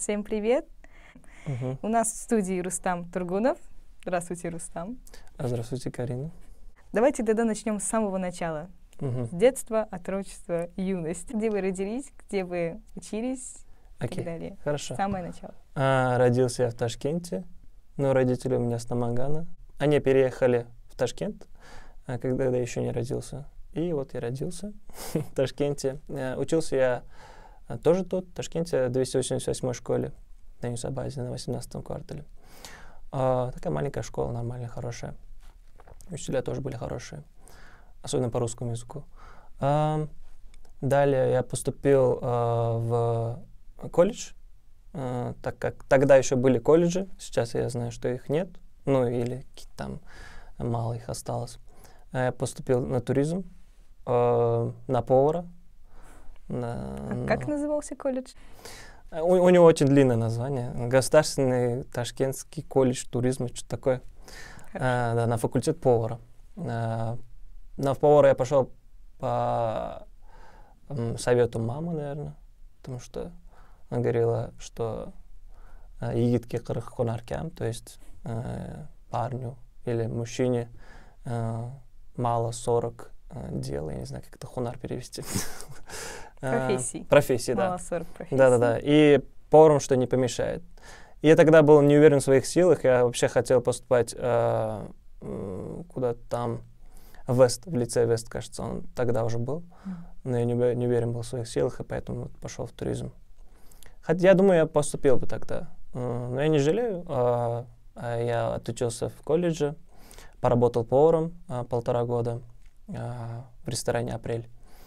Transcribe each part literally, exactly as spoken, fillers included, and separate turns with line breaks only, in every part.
Всем привет!
Угу.
У нас в студии Рустам Тургунов. Здравствуйте, Рустам.
Здравствуйте, Карина.
Давайте тогда начнем с самого начала.
Угу.
С детства, отрочества, юность. Где вы родились, где вы учились и
Окей,
так далее.
хорошо.
Самое начало.
А, родился я в Ташкенте, но родители у меня с Намангана. Они переехали в Ташкент, а, когда я еще не родился. И вот я родился в Ташкенте. А, учился я а, тоже тут, в Ташкенте, в двести восемьдесят восьмой школе на Юсабазе, на восемнадцатом квартале. А, такая маленькая школа, нормальная, хорошая. Учителя тоже были хорошие, особенно по русскому языку. А, далее я поступил а, в колледж, а, так как тогда еще были колледжи, сейчас я знаю, что их нет, ну или там мало их осталось. А, я поступил на туризм, а, на повара. На,
А как назывался колледж?
У, у него очень длинное название. Государственный Ташкентский колледж туризма, что-то такое. А, да, на факультет повара. А, на повара я пошел по м, совету мамы, наверное, потому что она говорила, что егитки кырык хунаркям, то есть э, парню или мужчине э, мало сорок э, дел, я не знаю, как это хунар перевести.
Профессий.
Профессии, да.
Мало сорок профессий.
Да-да-да. И поваром что не помешает. И я тогда был не уверен в своих силах. Я вообще хотел поступать э, куда-то там, в Вест, в лице Вест, кажется, он тогда уже был. Mm. Но я не, не уверен был в своих силах, и поэтому пошел в туризм. Хотя, я думаю, я поступил бы тогда. Э, но я не жалею. Э, я отучился в колледже, поработал поваром э, полтора года э, в ресторане «Апрель».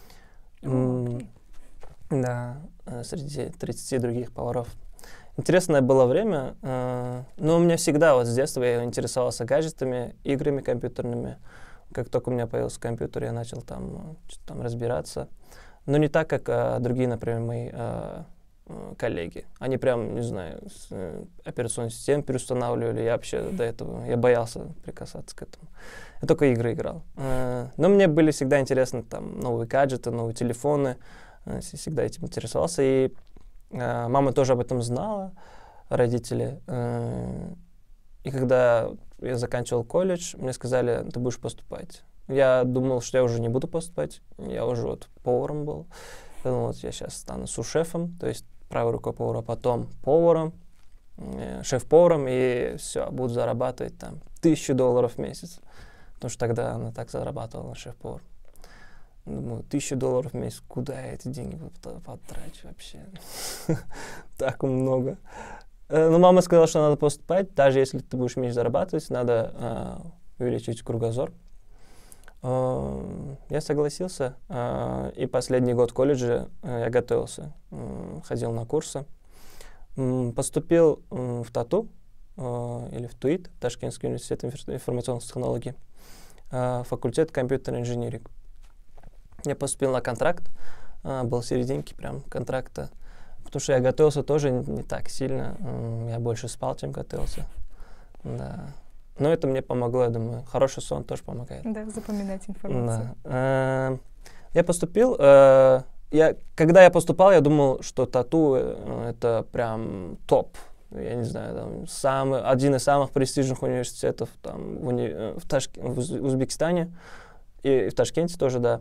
Mm.
Да, среди тридцати других поваров. Интересное было время, э, но у меня всегда, вот с детства я интересовался гаджетами, играми компьютерными. Как только у меня появился компьютер, я начал там, что-то там разбираться. Но не так, как э, другие, например, мои э, э, коллеги. Они прям, не знаю, с, э, операционную систему переустанавливали. Я вообще до этого, я боялся прикасаться к этому. Я только игры играл. Э, но мне были всегда интересны там новые гаджеты, новые телефоны. Я всегда этим интересовался. И э, мама тоже об этом знала, родители. Э, и когда я заканчивал колледж, мне сказали, ты будешь поступать. Я думал, что я уже не буду поступать. Я уже вот поваром был. Я думал, вот я сейчас стану су-шефом, то есть правой рукой повара, потом поваром, э, шеф-поваром, и все, буду зарабатывать там тысячу долларов в месяц. Потому что тогда она так зарабатывала, шеф-повар. Думаю, тысячу долларов в месяц, куда я эти деньги потрачу вообще? Так много. Но мама сказала, что надо поступать, даже если ты будешь меньше зарабатывать, надо э, увеличить кругозор. Э, я согласился, э, и последний год колледжа э, я готовился, э, ходил на курсы. Э, поступил э, в ТАТУ, э, или в ТУИТ, Ташкентский университет информационных технологий, э, факультет компьютерной инженерии. Я поступил на контракт, э, был в серединке прям контракта. Потому что я готовился тоже не, не так сильно. Я больше спал, чем готовился. Да. Но это мне помогло, я думаю. Хороший сон тоже помогает.
Да, запоминать информацию.
Да. Я поступил. Я, когда я поступал, я думал, что ТАТУ это прям топ. Я не знаю, там, самый, один из самых престижных университетов там, в, уни, в, Ташк, в Узбекистане. И в Ташкенте тоже, да.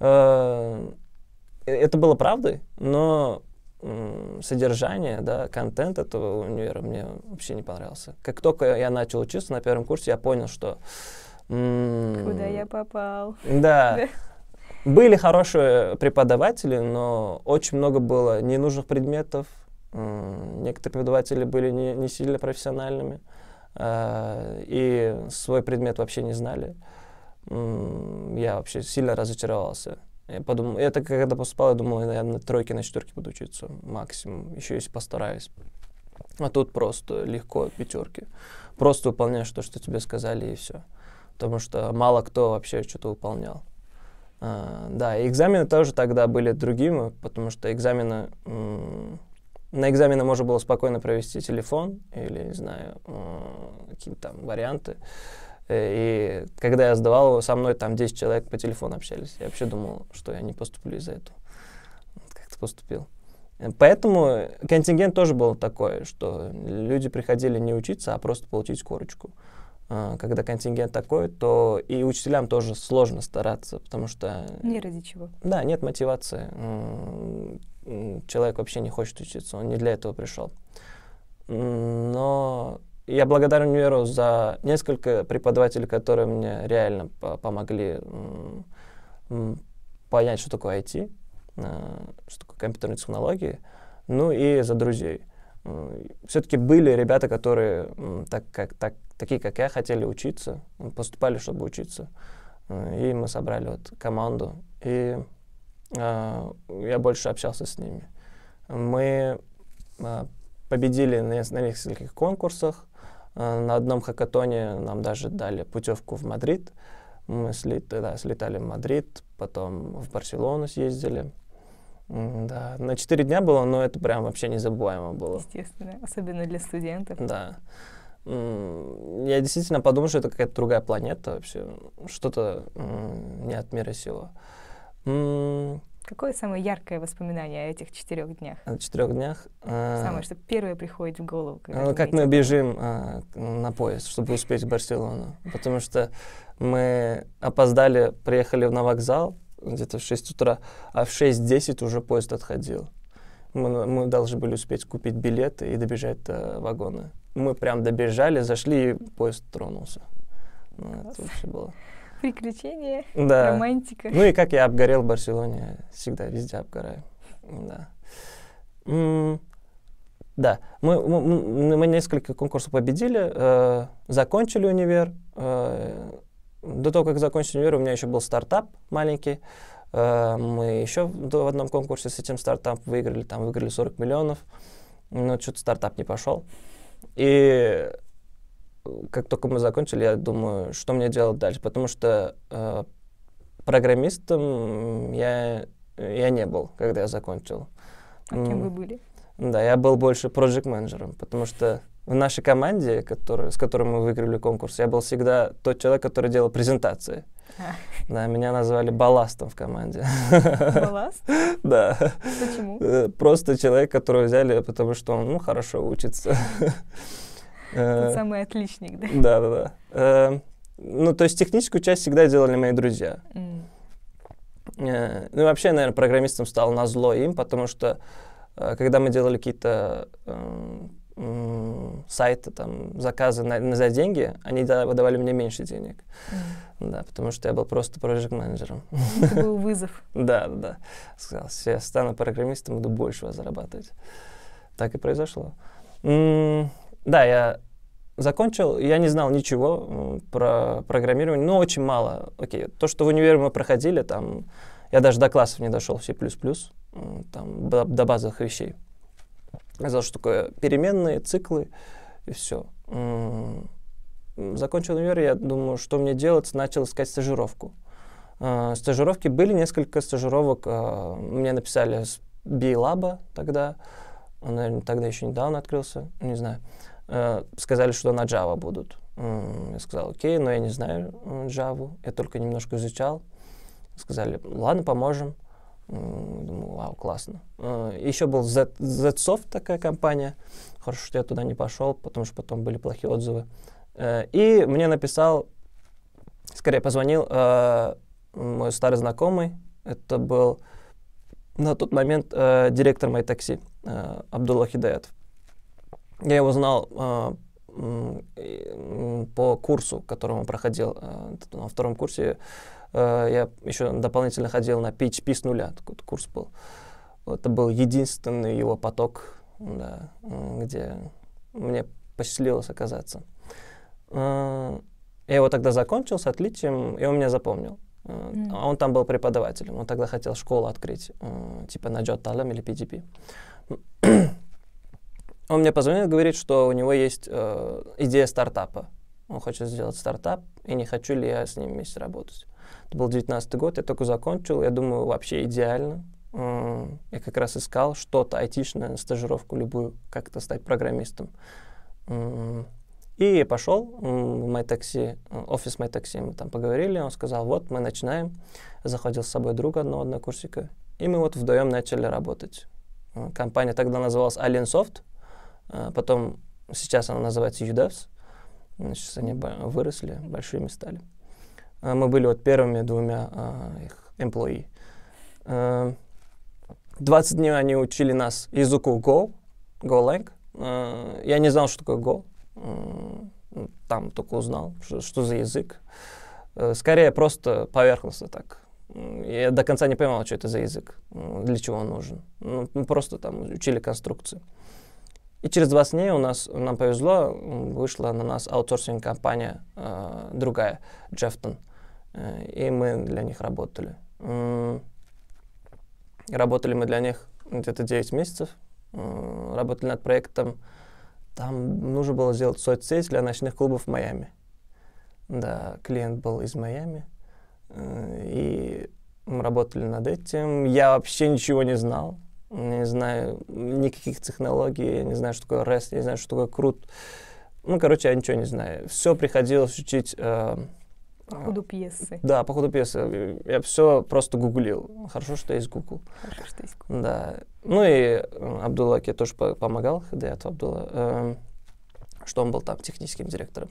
Это было правдой, но содержание, да, контент этого универа мне вообще не понравился. Как только я начал учиться на первом курсе, я понял, что... М-
Куда я попал?
Да. Были хорошие преподаватели, но очень много было ненужных предметов. М- некоторые преподаватели были не, не сильно профессиональными. Э- и свой предмет вообще не знали. М- я вообще сильно разочаровался. Я подумал, я так, когда поступал, я думал, я на тройке, на четверке буду учиться максимум, еще если постараюсь. А тут просто легко пятерки. Просто выполняешь то, что тебе сказали, и все. Потому что мало кто вообще что-то выполнял. А, да, и экзамены тоже тогда были другими, потому что экзамены... М- на экзамены можно было спокойно провести телефон или, не знаю, м- какие-то там варианты. И когда я сдавал его, со мной там десять человек по телефону общались. Я вообще думал, что я не поступлю из-за этого. Как-то поступил. Поэтому контингент тоже был такой, что люди приходили не учиться, а просто получить корочку. Когда контингент такой, то и учителям тоже сложно стараться, потому что...
Не ради чего.
Да, нет мотивации. Человек вообще не хочет учиться, он не для этого пришел. Но я благодарен универу за несколько преподавателей, которые мне реально помогли понять, что такое ай ти, что такое компьютерные технологии, ну и за друзей. Все-таки были ребята, которые так, как, так, такие, как я, хотели учиться, поступали, чтобы учиться. И мы собрали вот команду, и э, я больше общался с ними. Мы э, победили на, на нескольких конкурсах. Э, на одном хакатоне нам даже дали путевку в Мадрид. Мы слет, да, слетали в Мадрид, потом в Барселону съездили. Да, на четыре дня было, но это прям вообще незабываемо было.
Естественно, особенно для студентов.
Да. Я действительно подумал, что это какая-то другая планета вообще, что-то не от мира сего.
Какое самое яркое воспоминание о этих четырех днях?
О четырех днях?
Самое, что первое приходит в голову.
Ну, как мы бежим а, на поезд, чтобы успеть в Барселону. Потому что мы опоздали, приехали на вокзал где-то в шесть утра, а в шесть десять уже поезд отходил. Мы, мы должны были успеть купить билеты и добежать до вагона. Мы прям добежали, зашли, и поезд тронулся. Ну, это вообще было.
Приключения,
да.
Романтика.
Ну и как я обгорел в Барселоне, всегда везде обгораю. Да. М- да, мы, мы, мы несколько конкурсов победили, э, закончили универ. Э, до того, как закончить универ, у меня еще был стартап маленький. Э, мы еще в, в одном конкурсе с этим стартапом выиграли, там выиграли сорок миллионов. Но что-то стартап не пошел. И как только мы закончили, я думаю, что мне делать дальше, потому что э, программистом я, я не был, когда я закончил.
А кем вы были?
Да, я был больше проект-менеджером, потому что в нашей команде, который, с которой мы выиграли конкурс, я был всегда тот человек, который делал презентации. А. Да, меня называли балластом в команде.
Балласт?
Да.
Почему?
Просто человек, которого взяли, потому что он, ну, хорошо учится.
Тот самый отличник, да?
Да, да, да. Э, ну, то есть техническую часть всегда делали мои друзья. Mm. Э, ну, и вообще, наверное, программистом стал назло им, потому что, э, когда мы делали какие-то э, э, сайты, там, заказы на, на, за деньги, они выдавали мне меньше денег. Mm. Да, потому что я был просто проект-менеджером.
Это был вызов.
Да, да, да. Сказал, если я стану программистом, буду больше зарабатывать. Так и произошло. Да, я закончил, я не знал ничего про программирование, но очень мало. Окей, то, что в универе мы проходили, там, я даже до классов не дошел, C++, там, до, до базовых вещей. Я знал, что такое переменные, циклы, и все. Закончил универ, я думаю, что мне делать, начал искать стажировку. Стажировки были, несколько стажировок мне написали с би лаба тогда, он, наверное, тогда еще недавно открылся, не знаю. Uh, сказали, что на Java будут. Uh, я сказал, окей, но я не знаю uh, Java, я только немножко изучал. Сказали, ладно, поможем. Uh, думаю, вау, классно. Uh, еще был Z, Zsoft, такая компания. Хорошо, что я туда не пошел, потому что потом были плохие отзывы. Uh, и мне написал, скорее позвонил uh, мой старый знакомый. Это был на тот момент uh, директор MyTaxi, uh, Абдулла Хидаятов. Я его знал э, э, по курсу, который он проходил. Э, на втором курсе э, я еще дополнительно ходил на пи эйч пи с нуля. Такой курс был. Это был единственный его поток, да, где мне посчастливилось оказаться. Э, я его тогда закончил с отличием, и он меня запомнил. Э, mm. Он там был преподавателем. Он тогда хотел школу открыть, э, типа Наджат Талам или пи ди пи. Он мне позвонил и говорит, что у него есть э, идея стартапа. Он хочет сделать стартап, и не хочу ли я с ним вместе работать. Это был девятнадцатый год, я только закончил, я думаю, вообще идеально. Э, я как раз искал что-то айтишное, стажировку любую, как-то стать программистом. Э, и пошел в MyTaxi, офис MyTaxi, мы там поговорили, он сказал, вот, мы начинаем. Я захватил с собой друга одного однокурсника, и мы вот вдвоем начали работать. Компания тогда называлась Aliensoft, потом сейчас она называется Udevs. Сейчас они выросли, большими стали. Мы были вот первыми двумя их employee. двадцать дней они учили нас языку Go, GoLang. Я не знал, что такое Go. Там только узнал, что, что за язык. Скорее, просто поверхностно так. Я до конца не понимал, что это за язык, для чего он нужен. Ну, мы просто там учили конструкции. И через двадцать дней у нас, нам повезло, вышла на нас аутсорсинг-компания э, другая, Jefton. Э, и мы для них работали. Э, работали мы для них где-то девять месяцев. Э, работали над проектом. Там нужно было сделать соцсеть для ночных клубов в Майами. Да, клиент был из Майами. И мы работали над этим. Я вообще ничего не знал. Не знаю никаких технологий, я не знаю, что такое REST, я не знаю, что такое CRUD. Ну, короче, я ничего не знаю. Все приходилось учить... Э,
по ходу пьесы.
Да, по ходу пьесы. Я все просто гуглил. Хорошо, что есть Google.
Хорошо, что есть Google. Да.
Ну и Абдулла Аке тоже помогал, Хадаят Абдулла, э, что он был там техническим директором.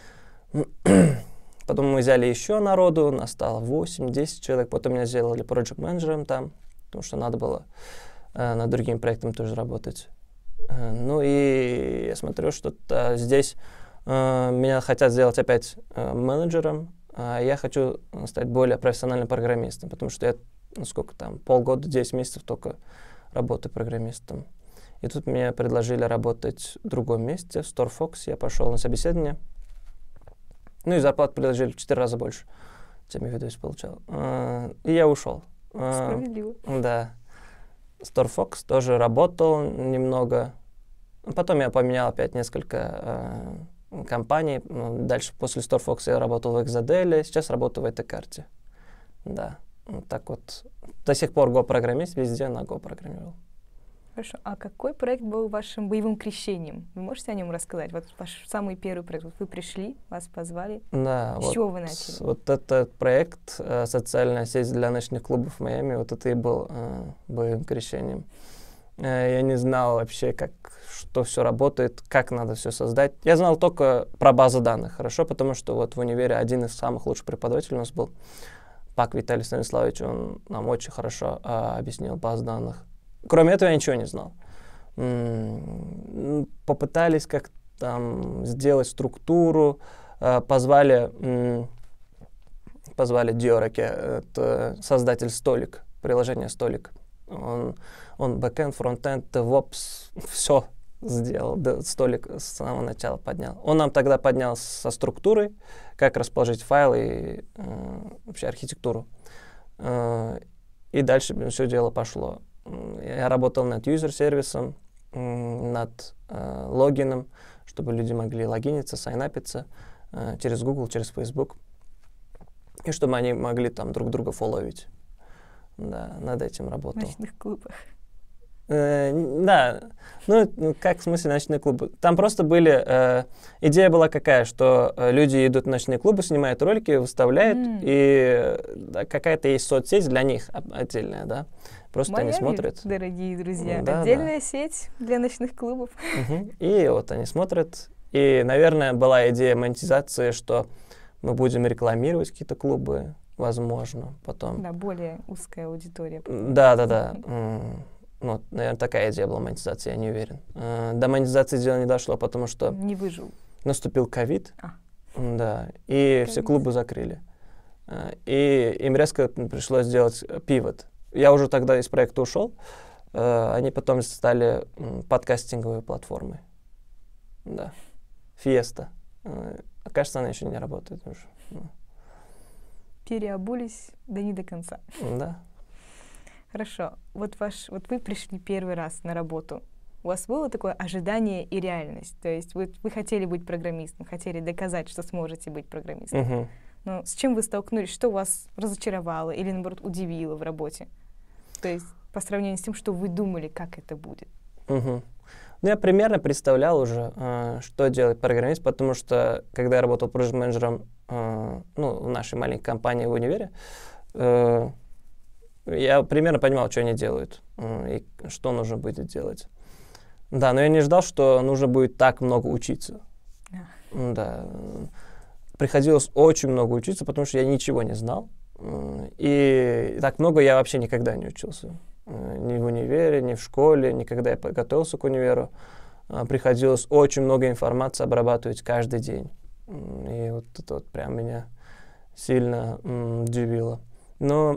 Потом мы взяли еще народу, нас стало восемь-десять человек, потом меня сделали проект-менеджером там, потому что надо было э, над другим проектом тоже работать. Э, ну и я смотрю, что здесь э, меня хотят сделать опять э, менеджером, а я хочу стать более профессиональным программистом, потому что я, ну сколько там, полгода, десять месяцев только работаю программистом. И тут мне предложили работать в другом месте, в StoreFox, я пошел на собеседование. Ну и зарплату предложили в четыре раза больше, чем я видос получал. Uh, и я ушел. Uh,
Справедливо.
Да. StoreFox тоже работал немного. Потом я поменял опять несколько uh, компаний. Дальше после StoreFox я работал в Exadel, сейчас работаю в этой карте. Да. Вот так вот. До сих пор Go-программист, везде на Go программировал.
Хорошо. А какой проект был вашим боевым крещением? Вы можете о нем рассказать? Вот ваш самый первый проект. Вот вы пришли, вас позвали.
Да.
С
вот,
чего вы начали?
Вот этот проект, э, социальная сеть для ночных клубов в Майами, вот это и был э, боевым крещением. Э, я не знал вообще, как, что все работает, как надо все создать. Я знал только про базы данных, хорошо, потому что вот в универе один из самых лучших преподавателей у нас был Пак Виталий Станиславович, он нам очень хорошо э, объяснил базы данных. Кроме этого я ничего не знал. М-м, попытались как-то там сделать структуру, э, позвали, м- позвали Диораке, это создатель Столик, приложение Столик. Он, он бэкэнд, фронтенд, DevOps, все сделал, да, Столик с самого начала поднял. Он нам тогда поднял со структурой, как расположить файлы и э, вообще архитектуру. Э, и дальше все дело пошло. Я работал над юзер-сервисом, над э, логином, чтобы люди могли логиниться, сайнапиться э, через Google, через Facebook. И чтобы они могли там друг друга фолловить. Да, над этим работал.
В ночных клубах.
Э, да, ну как в смысле ночные клубы? Там просто были, э, идея была какая, что э, люди идут в ночные клубы, снимают ролики, выставляют, mm. и да, какая-то есть соцсеть для них отдельная, да. Просто
Майами,
они смотрят.
Дорогие друзья,
да,
отдельная
да.
сеть для ночных клубов.
Uh-huh. И вот они смотрят. И, наверное, была идея монетизации, что мы будем рекламировать какие-то клубы, возможно, потом.
Да, более узкая аудитория.
Да, да, да. Mm. Ну, наверное, такая идея была монетизации, я не уверен. Uh, до монетизации дело не дошло, потому что
не выжил.
Наступил ковид,
а.
да, и COVID. Все клубы закрыли. Uh, и им резко пришлось сделать пивот. Я уже тогда из проекта ушел. Uh, они потом стали um, подкастинговой платформой. Да. Fiesta. Uh, кажется, она еще не работает уже. Uh.
Переобулись, да не до конца.
Да.
Хорошо. Вот, ваш, вот вы пришли первый раз на работу. У вас было такое ожидание и реальность? То есть вы, вы хотели быть программистом, хотели доказать, что сможете быть программистом.
Uh-huh.
Но с чем вы столкнулись? Что вас разочаровало или, наоборот, удивило в работе? То есть по сравнению с тем, что вы думали, как это будет?
Uh-huh. Ну, я примерно представлял уже, э, что делает программист, потому что, когда я работал проект-менеджером э, ну, в нашей маленькой компании в универе, э, я примерно понимал, что они делают и что нужно будет делать. Да, но я не ждал, что нужно будет так много учиться. Yeah. Да. Приходилось очень много учиться, потому что я ничего не знал. И так много я вообще никогда не учился. Ни в универе, ни в школе, никогда я готовился к универу. Приходилось очень много информации обрабатывать каждый день. И вот это вот прям меня сильно м, удивило. Но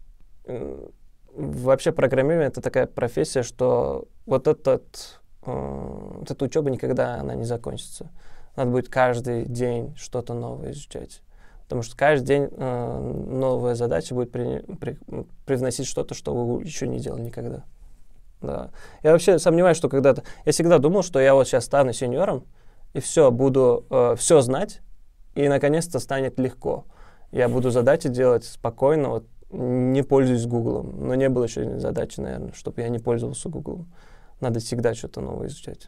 м, вообще программирование — это такая профессия, что вот, этот, э, вот эта учеба никогда она не закончится. Надо будет каждый день что-то новое изучать. Потому что каждый день э, новая задача будет при, при, привносить что-то, что вы еще не делали никогда. Да. Я вообще сомневаюсь, что когда-то... Я всегда думал, что я вот сейчас стану сеньором, и все, буду э, все знать, и наконец-то станет легко. Я буду задачи делать спокойно, вот, не пользуюсь Гуглом. Но не было еще задачи, наверное, чтобы я не пользовался Гуглом. Надо всегда что-то новое изучать.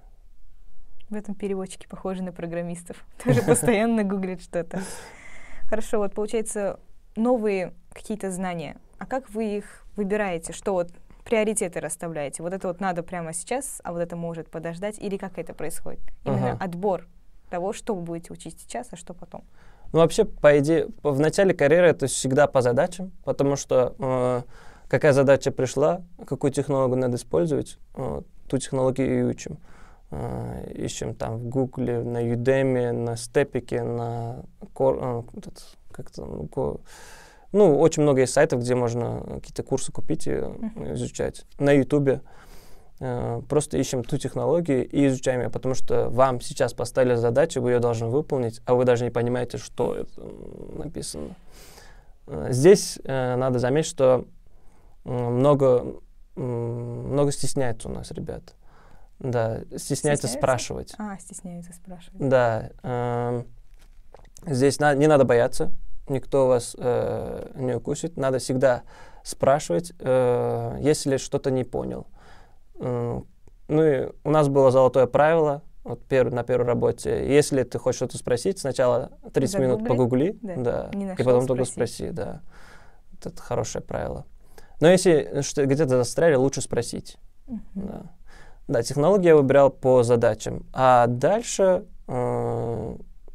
В этом переводчики похожи на программистов. Тоже постоянно гуглят что-то. Хорошо, вот получается, новые какие-то знания. А как вы их выбираете? Что вот приоритеты расставляете? Вот это вот надо прямо сейчас, а вот это может подождать? Или как это происходит? Именно ага. отбор того, что вы будете учить сейчас, а что потом?
Ну, вообще, по идее, в начале карьеры это всегда по задачам, потому что э, какая задача пришла, какую технологию надо использовать, э, ту технологию и учим. Э, ищем там в Гугле, на Udemy, на Степике, на Кор, э, как там, ну, очень много есть сайтов, где можно какие-то курсы купить и uh-huh. изучать. На Ютубе э, просто ищем ту технологию и изучаем ее, потому что вам сейчас поставили задачу, вы ее должны выполнить, а вы даже не понимаете, что это написано. Э, здесь э, надо заметить, что э, много, э, много стесняются у нас ребят. Да, стесняются спрашивать.
А, стесняются спрашивать.
Да. Э, здесь на, не надо бояться. Никто вас э, не укусит. Надо всегда спрашивать, э, если что-то не понял. Э, ну и у нас было золотое правило вот пер, на первой работе. Если ты хочешь что-то спросить, сначала тридцать Загугли. минут погугли, да. Да, и потом только спроси. Да. Это хорошее правило. Но если что, где-то застряли, лучше спросить. Uh-huh. Да. Да, технологии я выбирал по задачам. А дальше... Э,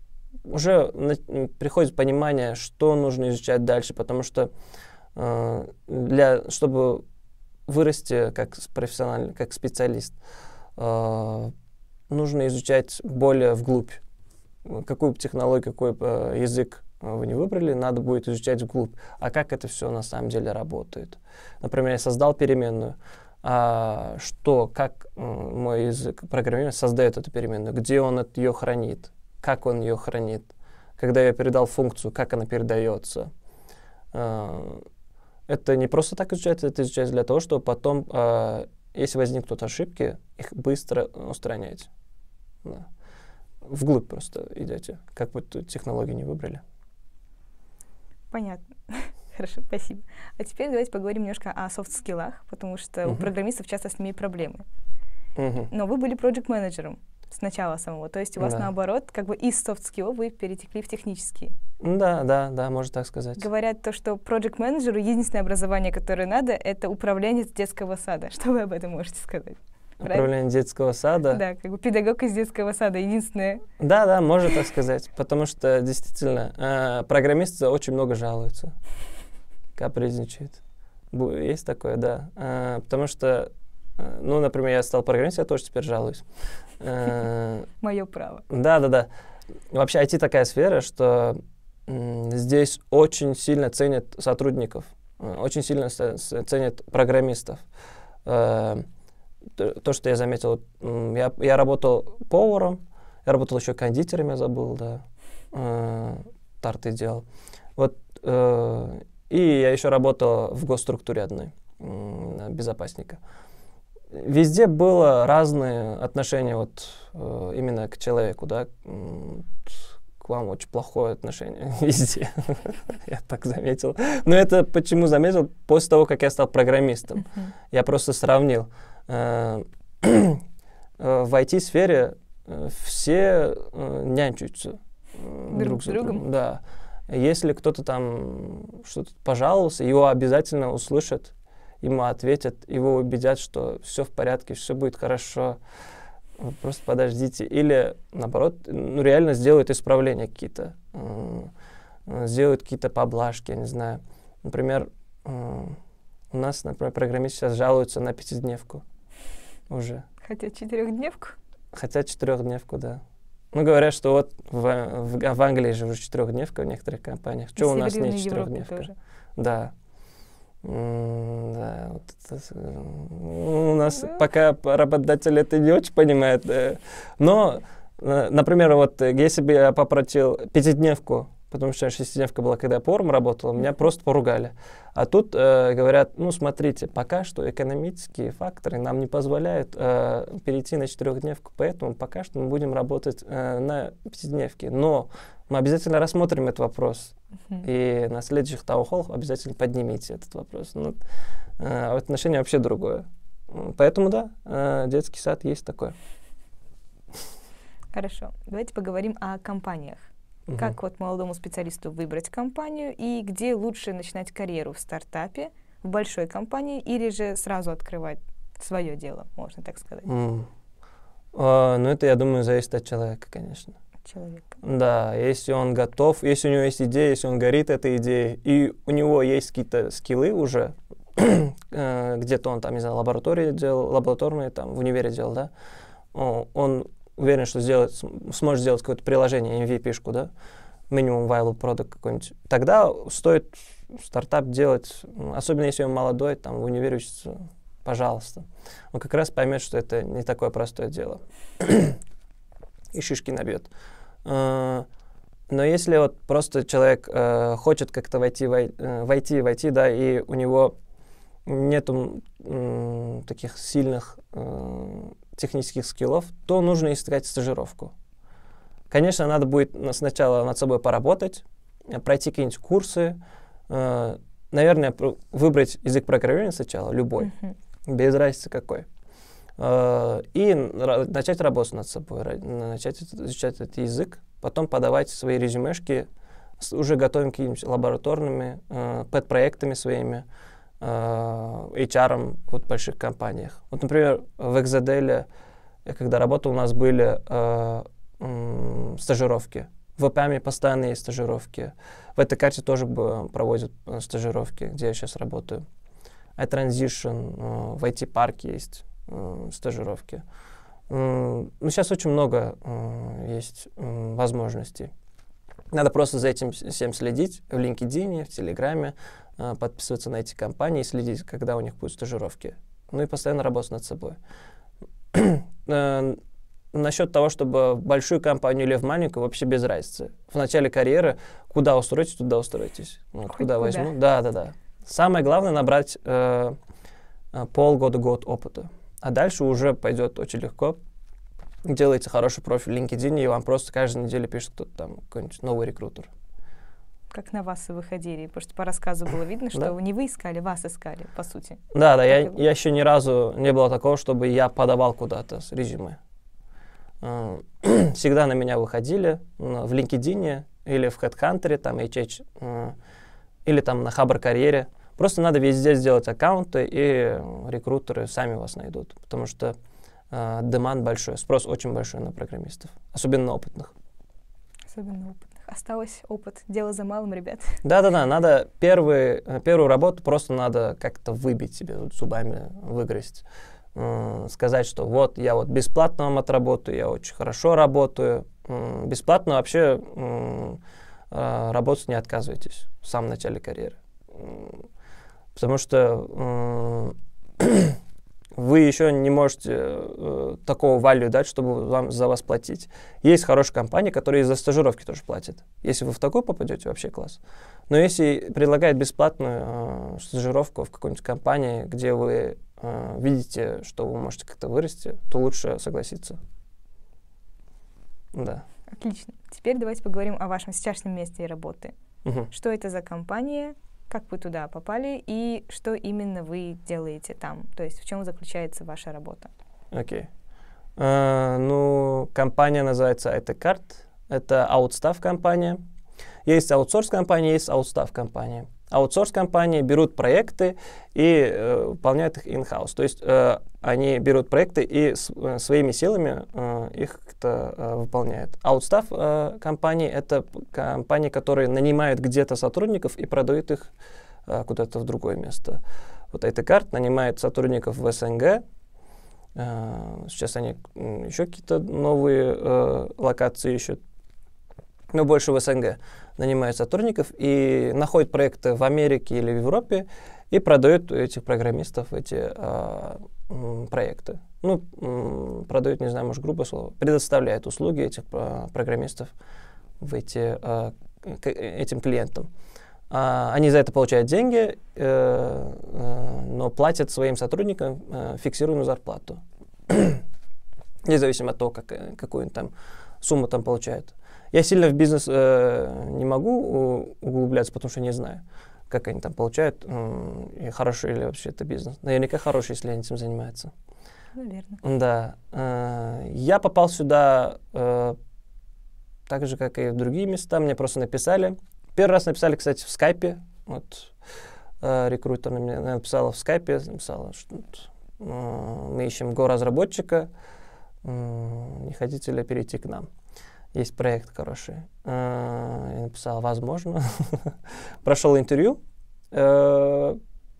уже на, приходит понимание, что нужно изучать дальше, потому что э, для, чтобы вырасти как профессиональный, как специалист, э, нужно изучать более вглубь. Какую бы технологию, какой бы язык вы не выбрали, надо будет изучать вглубь. А как это все на самом деле работает? Например, я создал переменную. А что, как э, мой язык программирования создает эту переменную, где он ее хранит? Как он ее хранит, когда я передал функцию, как она передается. Это не просто так изучается, это изучается для того, чтобы потом, если возникнут ошибки, их быстро устранять. Да. Вглубь просто идете, как бы эту технологию не выбрали.
Понятно. Хорошо, спасибо. А теперь давайте поговорим немножко о софт-скиллах, потому что uh-huh. у программистов часто с ними проблемы. Uh-huh. Но вы были проект-менеджером с начала самого, то есть у вас, да. наоборот, как бы из софт-скиллов вы перетекли в технические.
Да, да, да, можно так сказать.
Говорят то, что проект-менеджеру единственное образование, которое надо, это управление детского сада. Что вы об этом можете сказать?
Управление Правильно? детского сада?
Да, как бы педагог из детского сада, единственное.
Да, да, можно так сказать, потому что действительно э, программисты очень много жалуются, капризничают. Есть такое, да. Э, потому что, э, ну, например, я стал программистом, я тоже теперь жалуюсь.
Мое право.
Да, да, да. Вообще ай ти такая сфера, что м, здесь очень сильно ценят сотрудников, очень сильно ценят программистов. Э, то, то, что я заметил, я, я работал поваром, я работал еще кондитером, я забыл, да, э, торты делал. Вот, э, и я еще работал в госструктуре одной, э, безопасника. Везде было разные отношения вот, э, именно к человеку, да, к вам очень плохое отношение везде, я так заметил. Но это почему заметил? После того, как я стал программистом. Я просто сравнил. В ай ти-сфере все нянчатся друг с другом. Да. Если кто-то там что-то пожаловался, его обязательно услышат ему ответят, его убедят, что все в порядке, все будет хорошо, просто подождите. Или, наоборот, ну, реально сделают исправления какие-то, сделают какие-то поблажки, я не знаю. Например, у нас, например, программисты сейчас жалуются на пятидневку уже.
Хотят четырехдневку?
Хотят четырехдневку, да. Ну, говорят, что вот в, в, в Англии же уже четырехдневка в некоторых компаниях. Что у нас нет четырехдневка? Да. М, да, вот это, у нас да. Пока работодатель это не очень понимает. Но, например, вот если бы я попросил пятидневку, потому что шестидневка была, когда я поваром работал, меня просто поругали. А тут э, говорят, ну, смотрите, пока что экономические факторы нам не позволяют э, перейти на четырехдневку, поэтому пока что мы будем работать э, на пятидневке. Но мы обязательно рассмотрим этот вопрос, uh-huh. и на следующих таунхоллах обязательно поднимите этот вопрос. Ну, э, отношение вообще другое. Поэтому, да, э, детский сад есть такое.
Хорошо. Давайте поговорим о компаниях. Uh-huh. Как вот молодому специалисту выбрать компанию и где лучше начинать карьеру? В стартапе, в большой компании или же сразу открывать свое дело, можно так сказать?
Mm. Uh, ну, это, я думаю, зависит от человека, конечно.
Человека.
Да, если он готов, если у него есть идея, если он горит этой идеей, и у него есть какие-то скиллы уже, где-то он там, не знаю, лаборатории делал, лабораторные, там, в универе делал, да, он уверен, что сделает, сможет сделать какое-то приложение, эм ви пи-шку, да, minimum viable product какой-нибудь, тогда стоит стартап делать, особенно если он молодой, там, в универе учится, пожалуйста. Он как раз поймет, что это не такое простое дело. И шишки набьет. Но если вот просто человек э, хочет как-то войти, вой, э, войти, войти, да, и у него нету э, таких сильных э, технических скиллов, то нужно искать стажировку. Конечно, надо будет сначала над собой поработать, пройти какие-нибудь курсы, э, наверное, выбрать язык программирования сначала, любой, uh-huh. без разницы какой, э, и начать работать над собой, начать изучать этот язык, потом подавать свои резюмешки с уже готовыми какими-нибудь лабораторными, э, пэт-проектами своими, эйч ар вот в больших компаниях. Вот, например, в Exadel, я когда работал, у нас были э, э, стажировки. В и пи эй эм постоянно есть стажировки. В этой карте тоже проводят э, стажировки, где я сейчас работаю. iTransition, э, в ай ти-парке есть э, стажировки. Э, ну, сейчас очень много э, есть э, возможностей. Надо просто за этим всем следить в LinkedIn, в Телеграме, подписываться на эти компании, следить, когда у них будут стажировки. Ну и постоянно работать над собой. Насчет того, чтобы в большую компанию или в маленькую, вообще без разницы. В начале карьеры куда устроитесь, туда устроитесь. Вот, куда, куда возьму. Да, да, да. Самое главное набрать э, полгода-год опыта. А дальше уже пойдет очень легко. Делаете хороший профиль в LinkedIn, и вам просто каждую неделю пишет кто-то там, какой-нибудь новый рекрутер.
Как на вас и выходили? Потому что по рассказу было видно, что да. не вы искали, вас искали, по сути.
Да, да, я, я еще ни разу не было такого, чтобы я подавал куда-то с резюме. Всегда на меня выходили в LinkedIn или в HeadHunter, там, эйч эйч, или там на Хабр карьере. Просто надо везде сделать аккаунты, и рекрутеры сами вас найдут, потому что деманд большой, спрос очень большой на программистов, особенно на опытных.
Особенно опытных. Осталось опыт. Дело за малым, ребят.
Да-да-да, надо первый, первую работу просто надо как-то выбить себе, вот, зубами выгрызть. Э, сказать, что вот я вот бесплатно вам отработаю, я очень хорошо работаю. Э, бесплатно вообще э, э, работать не отказывайтесь в самом начале карьеры. Э, потому что э, вы еще не можете э, такого value дать, чтобы вам, за вас платить. Есть хорошие компании, которые за стажировки тоже платят. Если вы в такой попадете, вообще класс. Но если предлагают бесплатную э, стажировку в какой-нибудь компании, где вы э, видите, что вы можете как-то вырасти, то лучше согласиться. Да.
Отлично. Теперь давайте поговорим о вашем сейчасшнем месте работы.
Угу.
Что это за компания? Как вы туда попали и что именно вы делаете там? То есть в чем заключается ваша работа?
Окей. Okay. Uh, ну, компания называется Itecart. Это аутстав компания. Есть аутсорс компания, есть аутстав компания. Аутсорс-компании берут проекты и э, выполняют их in-house. То есть э, они берут проекты и с, э, своими силами э, их как-то э, выполняют. Аутстафф-компании э, — это компании, которые нанимают где-то сотрудников и продают их э, куда-то в другое место. Вот ай ти-карт нанимает сотрудников в СНГ. Э, сейчас они э, еще какие-то новые э, локации ищут, но больше в СНГ. Нанимают сотрудников и находят проекты в Америке или в Европе и продают этих программистов в эти а, м, проекты. Ну, м, продают, не знаю, может, грубое слово, предоставляют услуги этих а, программистов в эти, а, к этим клиентам. А, они за это получают деньги, э, э, но платят своим сотрудникам э, фиксированную зарплату. Независимо от того, как, какую там сумму там получают. Я сильно в бизнес э, не могу углубляться, потому что не знаю, как они там получают, э, и хороший ли вообще это бизнес. Наверняка хороший, если они этим занимаются.
Наверное.
Да. Э, я попал сюда э, так же, как и в другие места. Мне просто написали. Первый раз написали, кстати, в скайпе. Вот, э, рекрутер мне написала в скайпе, написала, что э, мы ищем го-разработчика, э, не хотите ли перейти к нам? Есть проект хороший. Я написал, возможно. Прошел интервью. Ну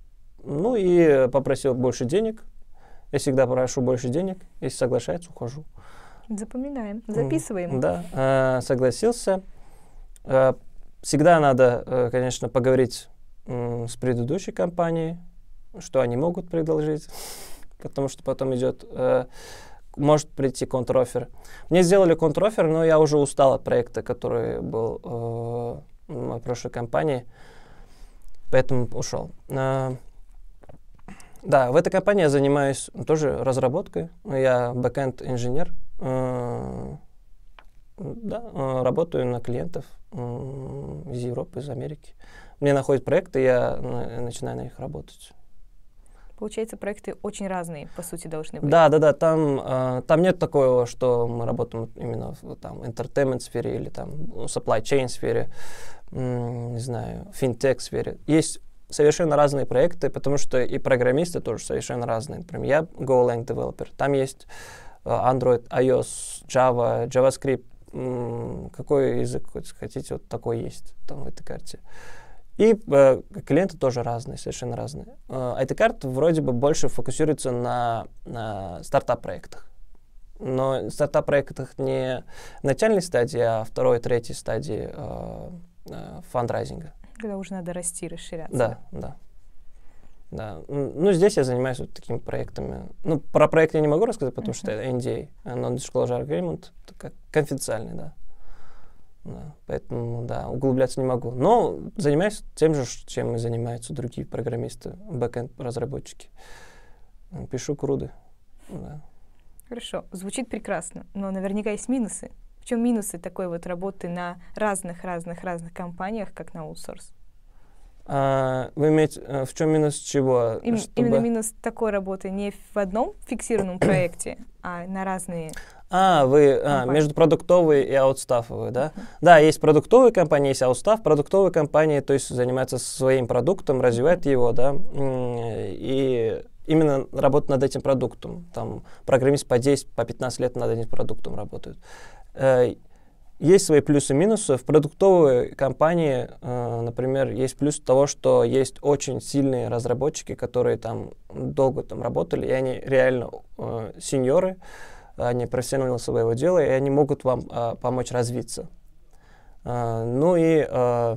и попросил больше денег. Я всегда прошу больше денег. Если соглашается, ухожу.
Запоминаем, записываем.
Да, согласился. Всегда надо, конечно, поговорить с предыдущей компанией, что они могут предложить, потому что потом идет... Может прийти контрофер. Мне сделали контрофер, но я уже устал от проекта, который был э, в моей прошлой компании, поэтому ушел. Э, да, в этой компании я занимаюсь тоже разработкой. Я бэкэнд-инженер. Э, да, э, работаю на клиентов э, из Европы, из Америки. Мне находят проекты, я на, начинаю на них работать.
Получается, проекты очень разные, по сути, должны быть.
Да, да, да. Там, э, там нет такого, что мы работаем именно в там, entertainment сфере или там supply chain сфере, м, не знаю, финтех сфере. Есть совершенно разные проекты, потому что и программисты тоже совершенно разные. Например, я Golang developer. Там есть э, Android, iOS, Java, JavaScript. М, какой язык хотите, вот такой есть там в этой карте. И э, клиенты тоже разные, совершенно разные. Э, ай ти-карт вроде бы больше фокусируется на, на стартап-проектах. Но стартап-проектах не в начальной стадии, а второй, третьей стадии э, э, фандрайзинга.
Когда уже надо расти, расширяться.
Да, да. да. Ну, здесь я занимаюсь вот такими проектами. Ну, про проект я не могу рассказать, потому uh-huh. что это эн ди эй, Non-Disclosure Agreement, как конфиденциальный, да. Да, поэтому, да, углубляться не могу. Но занимаюсь тем же, чем и занимаются другие программисты, бэкэнд-разработчики. Пишу круды. Да.
Хорошо, звучит прекрасно, но наверняка есть минусы. В чем минусы такой вот работы на разных-разных-разных компаниях, как на аутсорс?
А, вы имеете, в чем минус чего?
Им,
Чтобы...
Именно минус такой работы не в одном фиксированном проекте, а на разные...
А, вы а, между продуктовые и аутстаффовые, да? Uh-huh. Да, есть продуктовые компании, есть аутстафф. Продуктовые компании, то есть занимаются своим продуктом, развивают его, да, и именно работают над этим продуктом. Там программист по десять, по пятнадцать лет над этим продуктом работают. Есть свои плюсы и минусы. В продуктовой компании, например, есть плюс того, что есть очень сильные разработчики, которые там долго там работали, и они реально сеньоры, они профессионалы своего дела, и они могут вам а, помочь развиться. А, ну и а,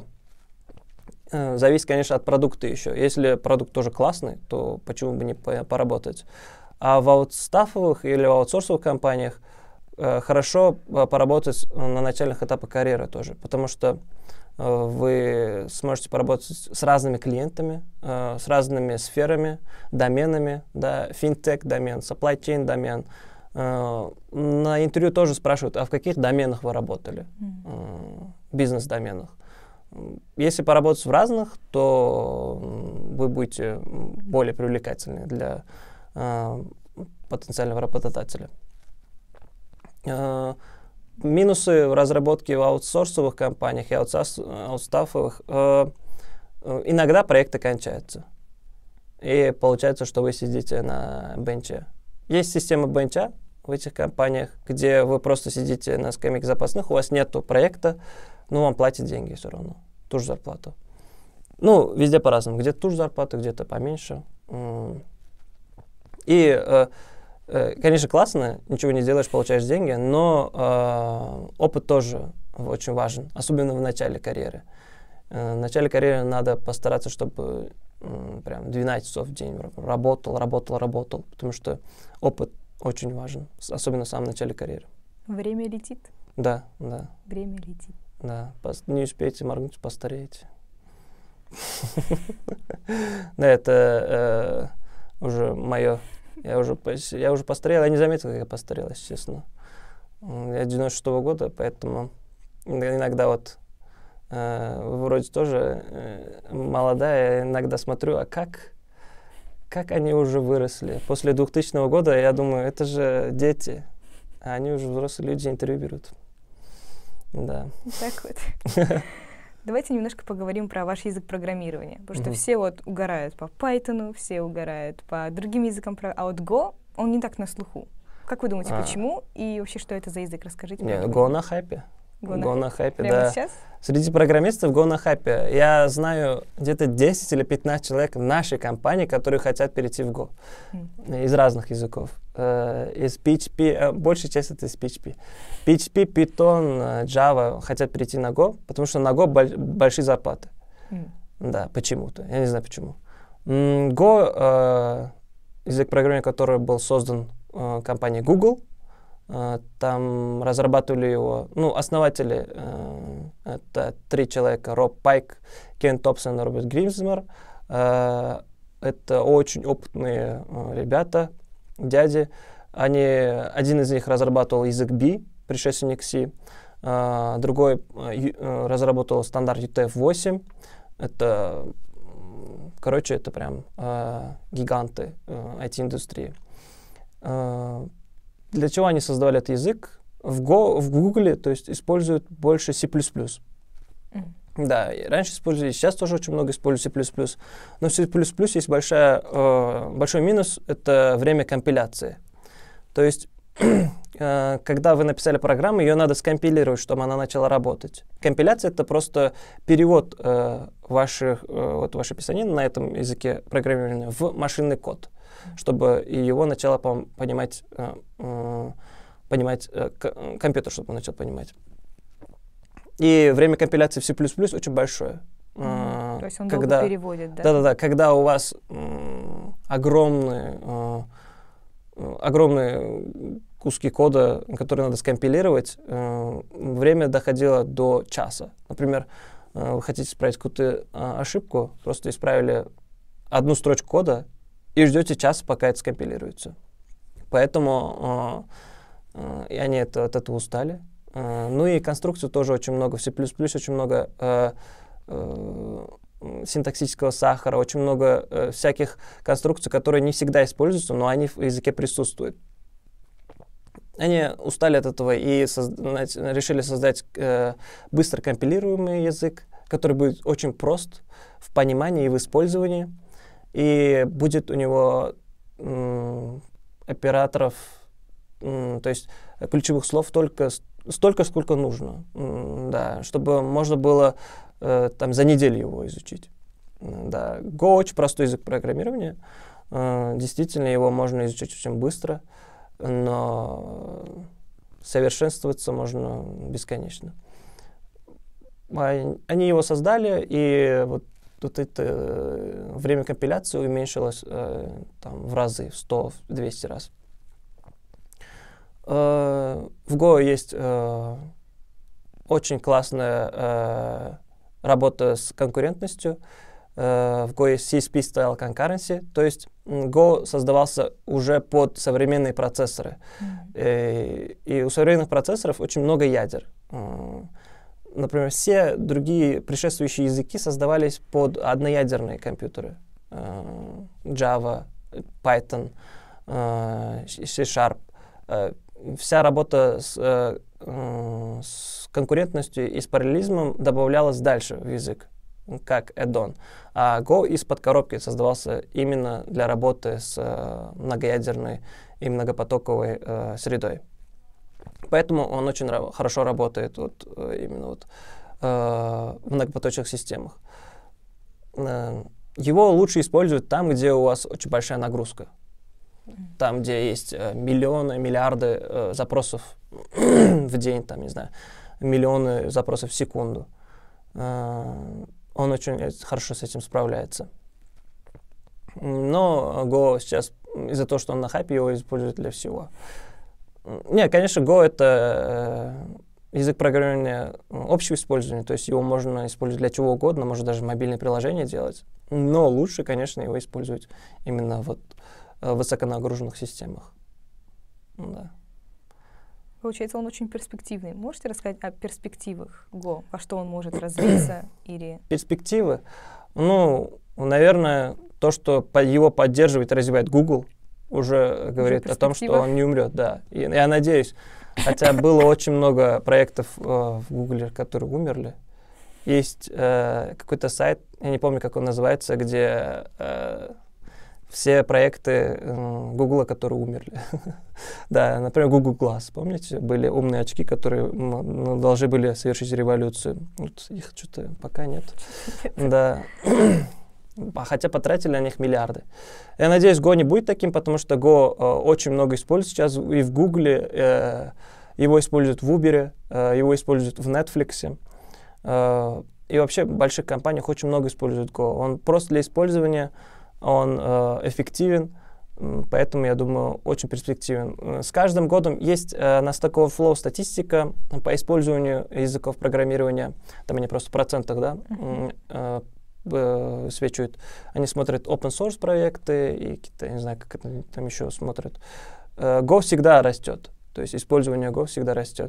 а, зависит, конечно, от продукта еще. Если продукт тоже классный, то почему бы не по- поработать. А в аутстаффовых или в аутсорсовых компаниях а, хорошо а, поработать на начальных этапах карьеры тоже, потому что а, вы сможете поработать с разными клиентами, а, с разными сферами, доменами, да, финтех-домен, supply chain домен. Uh, на интервью тоже спрашивают, а в каких доменах вы работали, mm. uh, бизнес-доменах. Если поработать в разных, то вы будете более привлекательны для uh, потенциального работодателя. Uh, минусы в разработке в аутсорсовых компаниях и аутстаффовых. Uh, иногда проекты кончаются. И получается, что вы сидите на бенче. Есть система бенча в этих компаниях, где вы просто сидите на скамейке запасных, у вас нету проекта, но вам платят деньги все равно, ту же зарплату. Ну, везде по-разному. Где-то ту же зарплату, где-то поменьше. И, э, э, конечно, классно, ничего не делаешь, получаешь деньги, но э, опыт тоже очень важен, особенно в начале карьеры. Э, в начале карьеры надо постараться, чтобы э, прям двенадцать часов в день работал, работал, работал, потому что опыт очень важен, особенно в самом начале карьеры.
Время летит.
Да, да.
Время летит.
Да, не успеете моргнуть, постареете. Да, это уже мое. Я уже я уже постарел, я не заметил, как я постарел, если честно. Я девяносто шестого года, поэтому иногда вот вы вроде тоже молодая, иногда смотрю, а как как они уже выросли. После двухтысячного года я думаю, это же дети, а они уже взрослые люди, интервью берут. Да.
Так вот. Давайте немножко поговорим про ваш язык программирования, потому что mm-hmm. все вот угорают по Python, все угорают по другим языкам, а вот Go, он не так на слуху. Как вы думаете, а. почему? И вообще, что это за язык? Расскажите.
Не, Go на хайпе.
Go,
Go на хайпе,
Прямо
да.
сейчас?
Среди программистов Go на хайпе. Я знаю где-то десять или пятнадцать человек в нашей компании, которые хотят перейти в Go. Mm. Из разных языков. Uh, из пи эйч пи, uh, большая часть это из пи эйч пи. пи эйч пи, Python, uh, Java хотят перейти на Go, потому что на Go боль- большие зарплаты. Mm. Да, почему-то. Я не знаю почему. Mm, Go, uh, язык программирования, который был создан uh, компанией Google, Uh, там разрабатывали его, ну, основатели, uh, это три человека, Роб Пайк, Кен Томпсон и Роберт Гримсмер. Uh, это очень опытные uh, ребята, дяди. Они, один из них разрабатывал язык B, предшественник C, uh, другой uh, разработал стандарт ю ти эф восемь. Это, короче, это прям uh, гиганты uh, ай ти-индустрии. Uh, Для чего они создавали этот язык? В, Go, в Google, то есть, используют больше C++. Mm. Да, и раньше использовали, сейчас тоже очень много используют C++. Но в C++ есть большая, э, большой минус, это время компиляции. То есть, э, когда вы написали программу, ее надо скомпилировать, чтобы она начала работать. Компиляция — это просто перевод э, ваших, э, вот, вашей писанины на этом языке программирования в машинный код, чтобы его начало понимать, э, э, понимать э, к- компьютер, чтобы он начал понимать. И время компиляции в C++ очень большое.
Mm-hmm. Э, То есть он
когда,
долго переводит, да?
Да-да-да, когда у вас э, огромные, э, огромные куски кода, которые надо скомпилировать, э, время доходило до часа. Например, э, вы хотите исправить какую-то э, ошибку, просто исправили одну строчку кода, и ждете час, пока это скомпилируется. Поэтому э, э, они это, от этого устали. Э, ну и конструкцию тоже очень много. В C++ очень много э, э, синтаксического сахара, очень много э, всяких конструкций, которые не всегда используются, но они в языке присутствуют. Они устали от этого и создать, решили создать э, быстро компилируемый язык, который будет очень прост в понимании и в использовании. И будет у него м, операторов, м, то есть ключевых слов только столько, сколько нужно, м, да, чтобы можно было э, там, за неделю его изучить. Да. Go очень простой язык программирования. Э, действительно, его можно изучить очень быстро, но совершенствоваться можно бесконечно. Они его создали, и вот тут это э, время компиляции уменьшилось э, там, в разы, в сто двести раз. Э, в Go есть э, очень классная э, работа с конкурентностью. Э, в Go есть си эс пи-style concurrency, то есть Go создавался уже под современные процессоры. Mm-hmm. э, и у современных процессоров очень много ядер. Например, все другие предшествующие языки создавались под одноядерные компьютеры. Java, Python, C-Sharp. Вся работа с, с конкурентностью и с параллелизмом добавлялась дальше в язык. как add-on. А Go из-под коробки создавался именно для работы с э, многоядерной и многопотоковой э, средой. Поэтому он очень ра- хорошо работает вот, э, именно вот, э, в многопоточных системах. Э, его лучше использовать там, где у вас очень большая нагрузка. Там, где есть э, миллионы, миллиарды э, запросов в день, там, не знаю, миллионы запросов в секунду. Э, он очень хорошо с этим справляется. Но Go сейчас, из-за того, что он на хайпе, его используют для всего. Не, конечно, Go — это э, язык программирования общего использования, то есть его можно использовать для чего угодно, можно даже мобильные приложения делать. Но лучше, конечно, его использовать именно вот в высоконагруженных системах. Да.
Получается, он очень перспективный. Можете рассказать о перспективах Go? Во что он может развиться? Или...
Перспективы? Ну, наверное, то, что по- его поддерживает и развивает Google, уже говорит о том, что он не умрет. Да. И я надеюсь, хотя было очень много проектов э, в Google, которые умерли. Есть э, какой-то сайт, я не помню, как он называется, где э, все проекты э, Google, которые умерли. Да, например, Google Glass, помните? Были умные очки, которые м, должны были совершить революцию. Вот их что-то пока нет. Да. Хотя потратили на них миллиарды. Я надеюсь, Go не будет таким, потому что Go э, очень много используют сейчас и в Google, э, его используют в Uber, э, его используют в Netflix. Э, и вообще в больших компаниях очень много используют Go. Он просто для использования, он э, эффективен, поэтому, я думаю, очень перспективен. С каждым годом есть э, на Stack Overflow статистика по использованию языков программирования. Там они просто в процентах, да, э, свечивают. Они смотрят open source проекты и какие-то, не знаю, как это там еще смотрят. Go всегда растет, то есть использование Go всегда растет.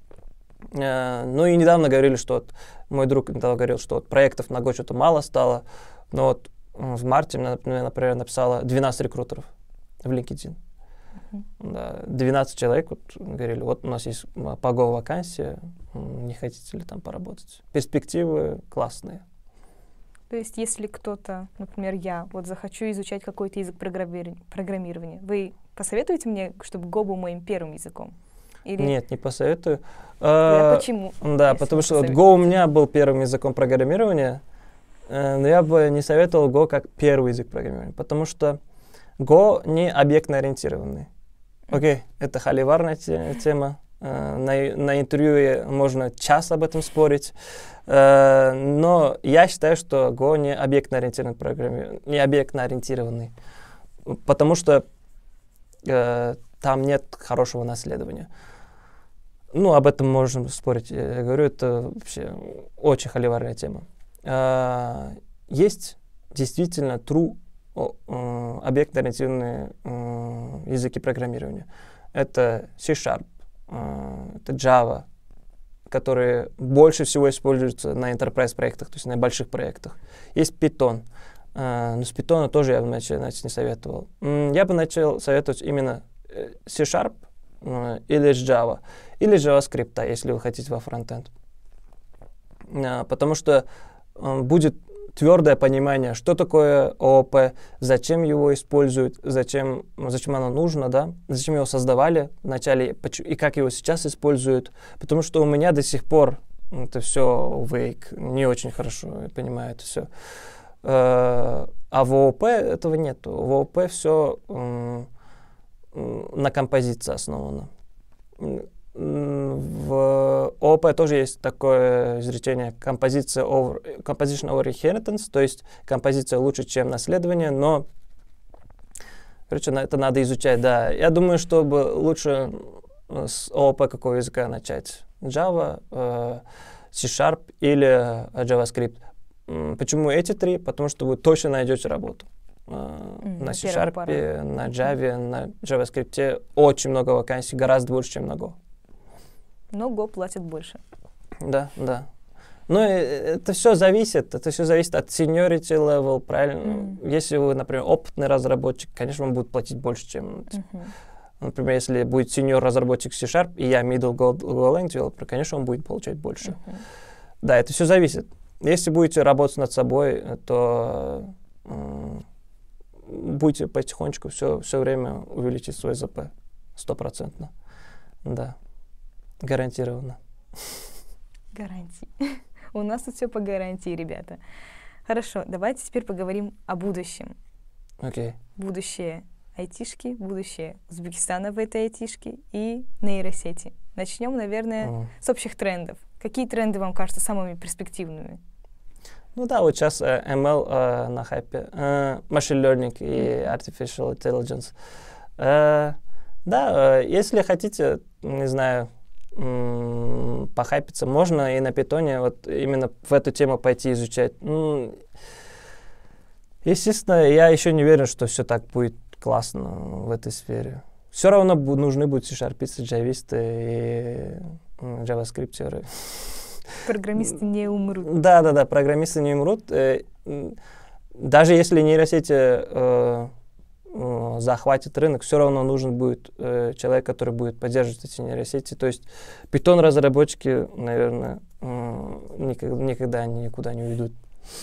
Ну и недавно говорили, что вот, мой друг недавно говорил, что вот проектов на Go что-то мало стало, но вот в марте мне, например, написало двенадцать рекрутеров в LinkedIn. Uh-huh. Да, двенадцать человек вот, говорили, вот у нас есть по Go вакансия, не хотите ли там поработать? Перспективы классные.
То есть, если кто-то, например, я, вот захочу изучать какой-то язык программи- программирования, вы посоветуете мне, чтобы Go был моим первым языком? Или...
Нет, не посоветую.
А почему?
Да, потому что вот Go у меня был первым языком программирования, но я бы не советовал Go как первый язык программирования, потому что Go не объектно-ориентированный. Окей, okay, это холиварная те- тема. На, на интервью можно час об этом спорить, но я считаю, что Go не объектно-ориентированный программирование, не объектно-ориентированный, потому что э, там нет хорошего наследования. Ну, об этом можно спорить. Я говорю, это вообще очень холиварная тема. Э, есть действительно true э, объектно-ориентированные э, языки программирования. Это C-Sharp, это Java, которые больше всего используются на enterprise проектах, то есть на больших проектах. Есть Python, но с Python тоже я бы начать не советовал. Я бы начал советовать именно C-Sharp или Java, или JavaScript, если вы хотите во фронтенд. Потому что будет твердое понимание, что такое ООП, зачем его используют, зачем, зачем оно нужно, да, зачем его создавали вначале и как его сейчас используют. Потому что у меня до сих пор это все вейк, не очень хорошо я понимаю это все. А в ООП этого нет. В ООП все на композиции основано. В ООП тоже есть такое изречение composition over, composition over inheritance, то есть композиция лучше, чем наследование, но, короче, это надо изучать, да. Я думаю, чтобы лучше с ООП какого языка начать? Java, C-Sharp или JavaScript. Почему эти три? Потому что вы точно найдете работу. Mm, на C-Sharp, на Java, на JavaScript очень много вакансий, гораздо больше, чем на Go.
Но Go платит больше.
Да, да. Но это все зависит, это все зависит от seniority level, правильно? Mm. Если вы, например, опытный разработчик, конечно, он будет платить больше, чем... Mm-hmm. Например, если будет senior разработчик C-Sharp, и я middle Golang developer, конечно, он будет получать больше. Mm-hmm. Да, это все зависит. Если будете работать над собой, то э, будете потихонечку все, все время увеличить свой ЗП. Стопроцентно. Да. Гарантированно.
Гарантии. У нас тут все по гарантии, ребята. Хорошо, давайте теперь поговорим о будущем.
Окей. Okay.
Будущее айтишки, будущее Узбекистана в этой айтишке и нейросети. Начнем, наверное, mm. с общих трендов. Какие тренды вам кажутся самыми перспективными?
Ну да, вот сейчас э, эм эл э, на хайпе, э, machine learning и artificial intelligence. Э, да, э, если хотите, не знаю, м- похайпиться, можно и на питоне вот именно в эту тему пойти изучать. Ну, естественно, я еще не уверен, что все так будет классно в этой сфере. Все равно бу- нужны будут C-шарписты, джависты и м- JavaScript-еры.
Программисты не умрут.
Да, да, да, программисты не умрут. Даже если нейросети э, э, захватят рынок, все равно нужен будет э, человек, который будет поддерживать эти нейросети. То есть Python-разработчики, наверное, э, никогда, никогда никуда не уйдут.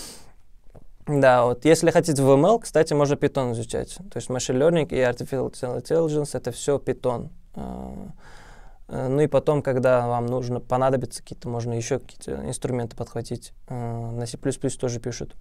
Да, вот если хотите в эм эл, кстати, можно Python изучать. То есть machine learning и artificial intelligence — это все Python. Ну и потом, когда вам нужно, понадобится какие-то, можно еще какие-то инструменты подхватить. На C++ тоже пишут.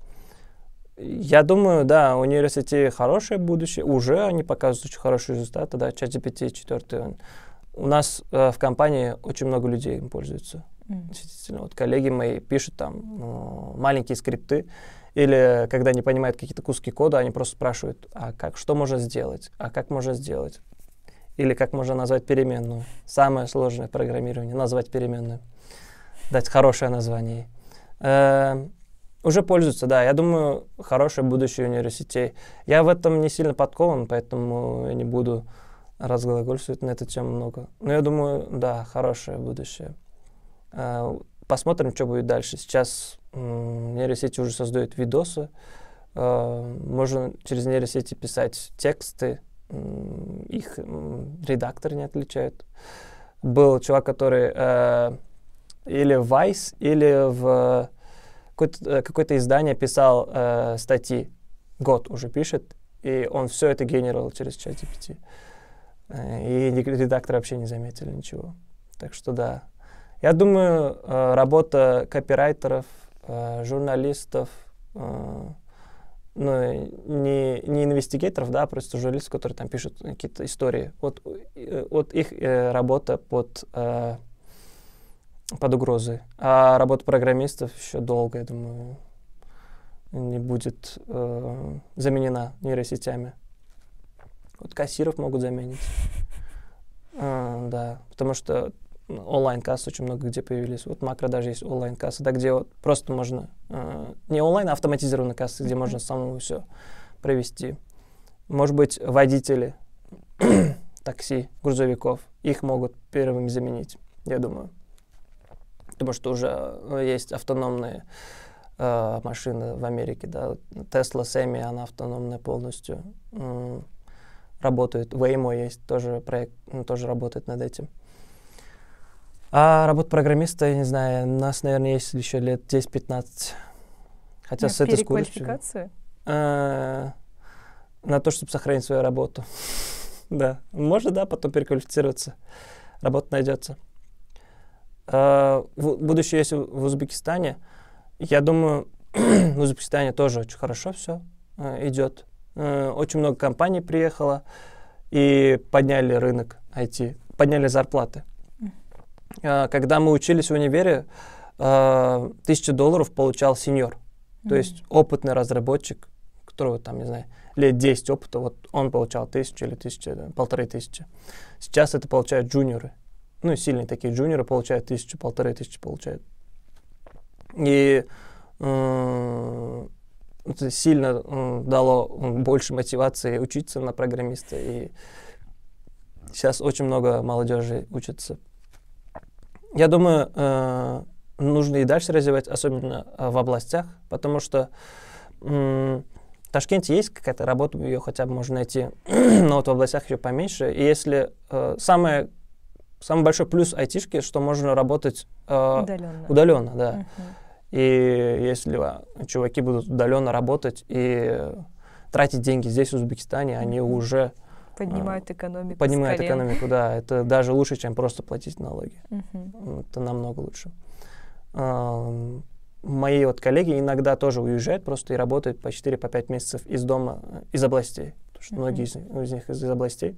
Я думаю, да, у нейросетей хорошее будущее. Уже они показывают очень хорошие результаты. Да, ChatGPT четыре. У нас э, в компании очень много людей им пользуются. Mm. Действительно, вот коллеги мои пишут там э, маленькие скрипты. Или когда не понимают какие-то куски кода, они просто спрашивают, а как, что можно сделать? А как можно сделать? Или как можно назвать переменную. Самое сложное программирование — назвать переменную. Дать хорошее название ей. Э, уже пользуются, да. Я думаю, хорошее будущее у нейросетей. Я в этом не сильно подкован, поэтому я не буду разглагольствовать на эту тему много. Но я думаю, да, хорошее будущее. Э, посмотрим, что будет дальше. Сейчас э, нейросети уже создают видосы. Э, можно через нейросети писать тексты. Их редактор не отличает. Был чувак, который э, или в Vice, или в какое-то, какое-то издание писал э, статьи. Год уже пишет, и он все это генерировал через ChatGPT. И редактор вообще не заметили ничего. Так что да. Я думаю, э, работа копирайтеров, э, журналистов, э, ну, не, не инвестигаторов, да, а просто журналистов, которые там пишут какие-то истории. Вот, вот их э, работа под, э, под угрозой. А работа программистов еще долго, я думаю, не будет э, заменена нейросетями. Вот кассиров могут заменить. А, да, потому что онлайн-кассы очень много где появились. Вот Макро даже есть онлайн-кассы, да, где вот просто можно, э, не онлайн, а автоматизированные кассы, где можно самому все провести. Может быть, водители такси, грузовиков, их могут первыми заменить, я думаю. Потому что уже есть автономные э, машины в Америке, да. Tesla Semi, она автономная полностью. М- работает. Waymo есть, тоже проект, тоже работает над этим. А работа программиста, я не знаю, у нас, наверное, есть еще лет десять-пятнадцать. Хотя
на
с этой
переквалификацию?
А, на то, чтобы сохранить свою работу. Да. Можно, да, потом переквалифицироваться. Работа найдется. А, в, будущее есть в Узбекистане. Я думаю, в Узбекистане тоже очень хорошо все а, идет. А, очень много компаний приехало и подняли рынок ай ти, подняли зарплаты. Когда мы учились в универе, тысячу долларов получал сеньор. Mm-hmm. То есть опытный разработчик, которого там, не знаю, лет десять опыта, вот он получал тысячу или тысячу, да, полторы тысячи. Сейчас это получают джуниоры. Ну, сильные такие джуниоры получают тысячу, полторы тысячи получают. И э, это сильно э, дало больше мотивации учиться на программиста. И сейчас очень много молодежи учатся. Я думаю, э, нужно и дальше развивать, особенно э, в областях, потому что э, в Ташкенте есть какая-то работа, ее хотя бы можно найти, но вот в областях ее поменьше. И если э, самое, самый большой плюс айтишки, что можно работать э,
удаленно.
удаленно, да.
Uh-huh.
И если чуваки будут удаленно работать и тратить деньги здесь, в Узбекистане, mm-hmm. они уже
поднимают экономику.
Поднимают экономику, да. Это даже лучше, чем просто платить налоги.
Mm-hmm.
Это намного лучше. Мои вот коллеги иногда тоже уезжают просто и работают по четыре-пять месяцев из дома, из областей. Потому что mm-hmm. многие из, из них из областей.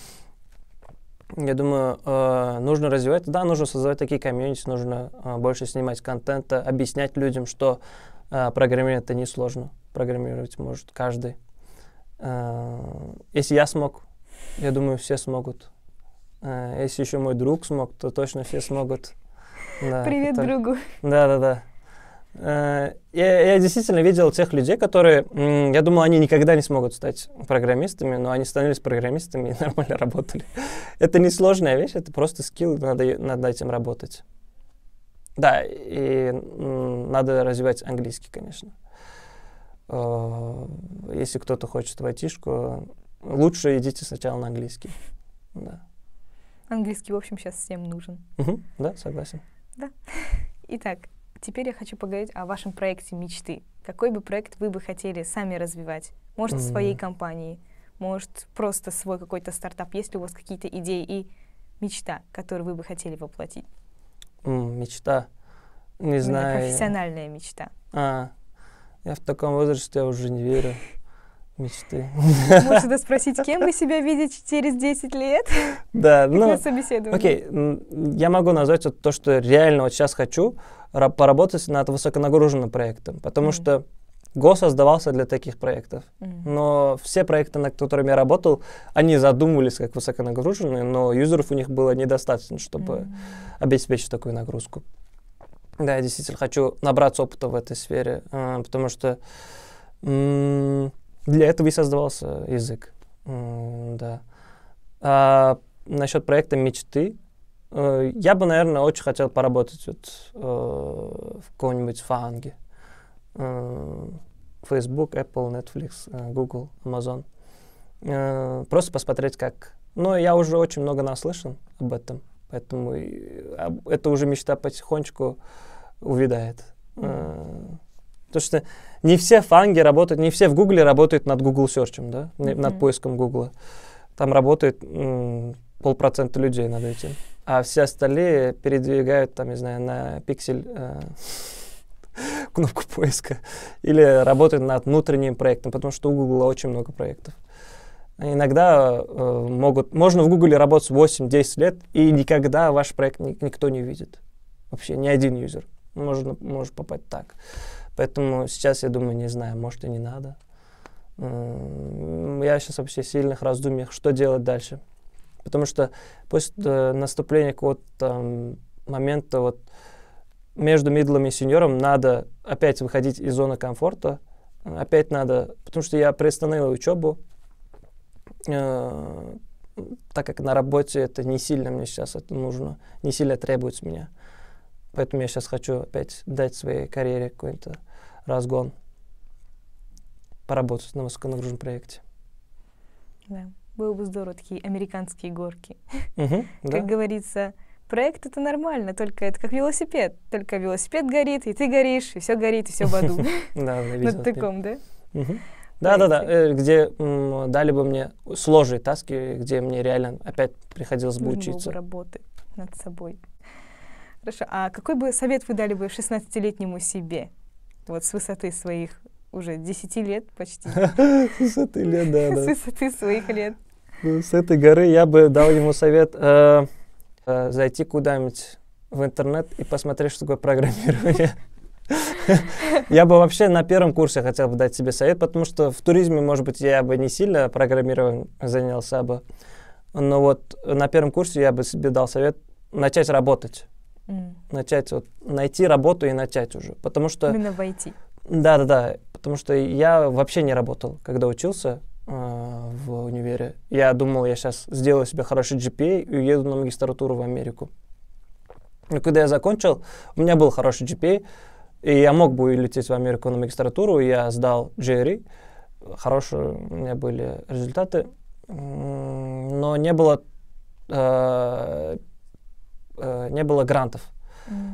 Я думаю, э, нужно развивать, да, нужно создавать такие комьюнити, нужно э, больше снимать контента, объяснять людям, что э, программирование это несложно. Программировать может каждый. Э, если я смог, я думаю, все смогут. Э, если еще мой друг смог, то точно все смогут.
Да, Привет который... другу.
Да-да-да. Я, я действительно видел тех людей, которые, я думал, они никогда не смогут стать программистами, но они становились программистами и нормально работали. Это не сложная вещь, это просто скилл, надо, надо этим работать. Да, и м, надо развивать английский, конечно. Если кто-то хочет в айтишку, лучше идите сначала на английский. Да.
Английский, в общем, сейчас всем нужен.
Угу, да, согласен.
Да. Итак, теперь я хочу поговорить о вашем проекте мечты. Какой бы проект вы бы хотели сами развивать? Может, в своей компании, может, просто свой какой-то стартап. Есть ли у вас какие-то идеи и мечта, которую вы бы хотели воплотить?
Mm, мечта? Не Именно знаю.
Профессиональная мечта.
А, я в таком возрасте уже не верю в мечты.
Может, это спросить, кем вы себя видите через десять лет?
Да, ну,
окей,
я могу назвать вот то, что реально вот сейчас хочу, поработать над высоконагруженным проектом, потому mm-hmm. что Go создавался для таких проектов. Mm-hmm. Но все проекты, над которыми я работал, они задумывались как высоконагруженные, но юзеров у них было недостаточно, чтобы mm-hmm. обеспечить такую нагрузку. Да, я действительно хочу набраться опыта в этой сфере, э, потому что м- для этого и создавался язык. М- да. А насчет проекта мечты, я бы, наверное, очень хотел поработать вот, э, в каком-нибудь фанге. Э, Facebook, Apple, Netflix, э, Google, Amazon. Э, просто посмотреть, как... Но я уже очень много наслышан об этом, поэтому и, об, это уже мечта потихонечку увядает. Mm-hmm. Э, потому что не все фанги работают, не все в Google работают над Google Search, да? Mm-hmm. Над поиском Google. Там работает м, полпроцента людей над этим. А все остальные передвигают, там, не знаю, на пиксель э, кнопку поиска или работают над внутренним проектом, потому что у Google очень много проектов. Иногда э, могут, можно в Google работать восемь-десять лет, и никогда ваш проект ни, никто не видит. Вообще ни один юзер. Можно, может попасть так. Поэтому сейчас, я думаю, не знаю, может и не надо. Я сейчас вообще в сильных раздумьях, что делать дальше. Потому что после э, наступления какого-то э, момента вот, между мидлом и сеньором надо опять выходить из зоны комфорта. Опять надо, потому что я приостановил учебу, э, так как на работе это не сильно мне сейчас это нужно, не сильно требует с меня. Поэтому я сейчас хочу опять дать своей карьере какой-то разгон, поработать на высоконагруженном проекте.
Да. Было бы здорово, такие американские горки.
Uh-huh,
как
да.
говорится, проект это нормально, только это как велосипед. Только велосипед горит, и ты горишь, и все горит, и все в аду.
Да, на
таком, да?
Да-да-да, где дали бы мне сложные таски, где мне реально опять приходилось бы учиться.
Нужно было бы работать над собой. Хорошо, а какой бы совет вы дали бы шестнадцатилетнему себе? Вот с высоты своих уже десяти лет почти.
С высоты лет, да, да.
С высоты своих лет.
С этой горы я бы дал ему совет э, э, зайти куда-нибудь в интернет и посмотреть, что такое программирование. Я бы вообще на первом курсе хотел бы дать себе совет, потому что в туризме, может быть, я бы не сильно программированием занялся бы, но вот на первом курсе я бы себе дал совет начать работать.
Mm.
Начать, вот, найти работу и начать уже, потому что...
Именно войти.
Да-да-да, потому что я вообще не работал, когда учился э, в универе. Я думал, я сейчас сделаю себе хороший джи пи эй и уеду на магистратуру в Америку. Но когда я закончил, у меня был хороший джи пи эй, и я мог бы улететь в Америку на магистратуру, я сдал джей ар и, хорошие у меня были результаты, но не было, э, э, не было грантов.
Mm.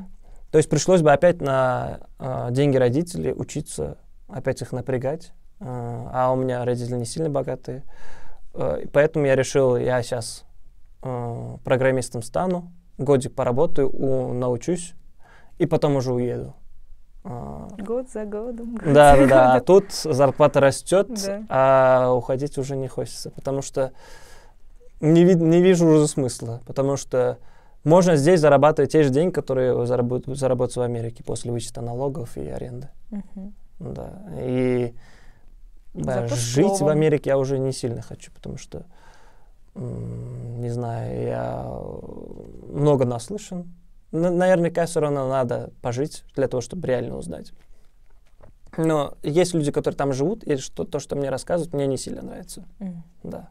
То есть пришлось бы опять на э, деньги родителей учиться, опять их напрягать. Э, а у меня родители не сильно богатые. Э, поэтому я решил, я сейчас э, программистом стану, годик поработаю, у, научусь, и потом уже уеду. Э,
Год за годом. Год
да,
за
да, да. А
годом.
тут зарплата растет,
Да.
а уходить уже не хочется, потому что не, ви- не вижу уже смысла, потому что можно здесь зарабатывать те же деньги, которые заработают, заработаются в Америке после вычета налогов и аренды.
Мгм.
Да. И да,
Зато с
жить в
словом.
Америке я уже не сильно хочу, потому что, м, не знаю, я много наслышан. Н- Наверняка все равно надо пожить для того, чтобы реально узнать. Но есть люди, которые там живут, и что, то, что мне рассказывают, мне не сильно нравится.
М.
Да.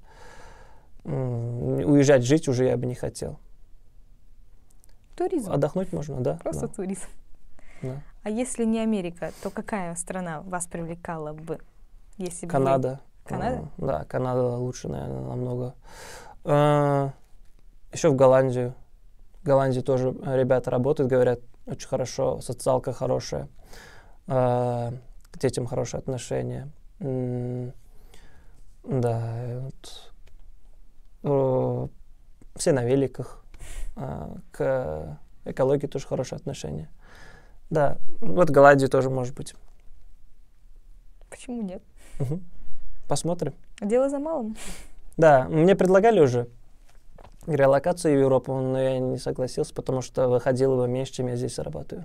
М, Уезжать жить уже я бы не хотел.
Туризм.
Отдохнуть можно, да.
Просто
да,
туризм.
да.
А если не Америка, то какая страна вас привлекала бы? Если бы вы-
Канада.
Канада?
М, Да, Канада лучше, наверное, намного. Еще в Голландию. В Голландии тоже ребята работают, говорят, очень хорошо, социалка хорошая, э, к детям хорошее отношение. М, Да, и вот, э, все на великах. э, К экологии тоже хорошее отношение. Да, вот Голландия тоже может быть.
Почему нет?
Мгм. Посмотрим.
Дело за малым.
Да, мне предлагали уже релокацию в Европу, но я не согласился, потому что выходило бы меньше, чем я здесь работаю.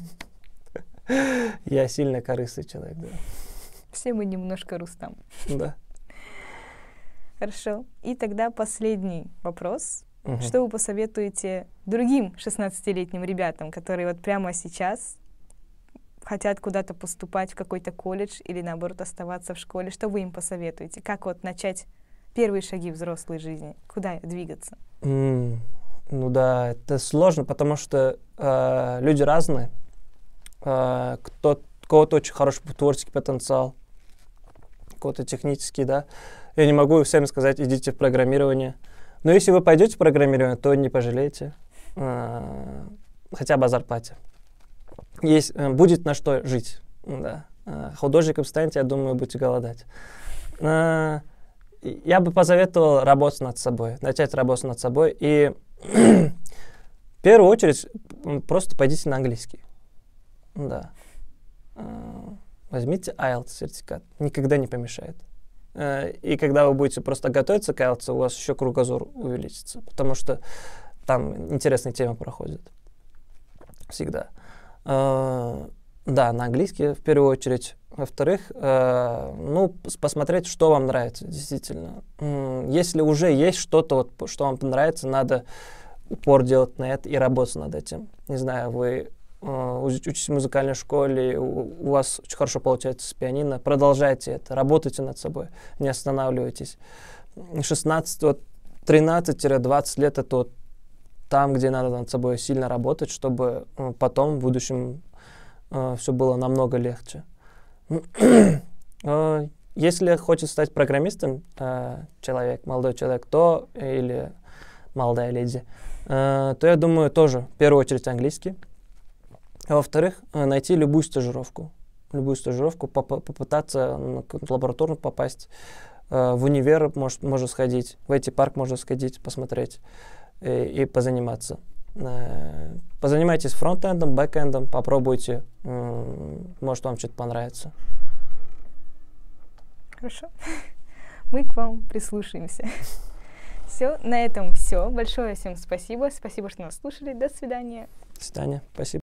Я сильно корыстный человек, да.
Все мы немножко Рустам.
Да.
Хорошо. И тогда последний вопрос.
Мгм.
Что вы посоветуете другим шестнадцатилетним ребятам, которые вот прямо сейчас хотят куда-то поступать в какой-то колледж или, наоборот, оставаться в школе? Что вы им посоветуете? Как вот начать первые шаги взрослой жизни? Куда двигаться?
М, Ну да, это сложно, потому что э, люди разные. Э, кто, у кого-то очень хороший творческий потенциал, у кого-то технический, да. Я не могу всем сказать, идите в программирование. Но если вы пойдете в программирование, то не пожалеете. э, Хотя бы о зарплате. Есть, э, будет на что жить. Да. Э, Художником станете, я думаю, будете голодать. Э, Я бы посоветовал работать над собой, начать работать над собой. И в первую очередь м, просто пойдите на английский. Да. Э, Возьмите айлтс сертификат. Никогда не помешает. Э, И когда вы будете просто готовиться к айлтс, у вас еще кругозор увеличится. Потому что там интересные темы проходят. Всегда. Э, Да, на английский в первую очередь. Во-вторых, э, ну, пос- посмотреть, что вам нравится, действительно. М, Если уже есть что-то, вот, п- что вам нравится, надо упор делать на это и работать над этим. Не знаю, вы э, уч- учитесь в музыкальной школе, у, у вас очень хорошо получается с пианино, продолжайте это, работайте над собой, не останавливайтесь. шестнадцать, вот, тринадцать-двадцать лет — это вот там, где надо над собой сильно работать, чтобы э, потом, в будущем, все было намного легче. Э, Если хочет стать программистом э, человек, молодой человек, то, или молодая леди, э, то я думаю, тоже в первую очередь английский. А во-вторых, э, найти любую стажировку. Любую стажировку, поп- попытаться на какую-то лабораторную попасть. Э, В универ может, можно сходить, в ай ти-парк можно сходить, посмотреть и, и позаниматься. Э, Позанимайтесь фронтендом, бэкэндом, попробуйте, м, может вам что-то понравится.
Хорошо. Мы к вам прислушаемся. Все, на этом все. Большое всем спасибо. Спасибо, что нас слушали. До свидания.
До свидания, спасибо.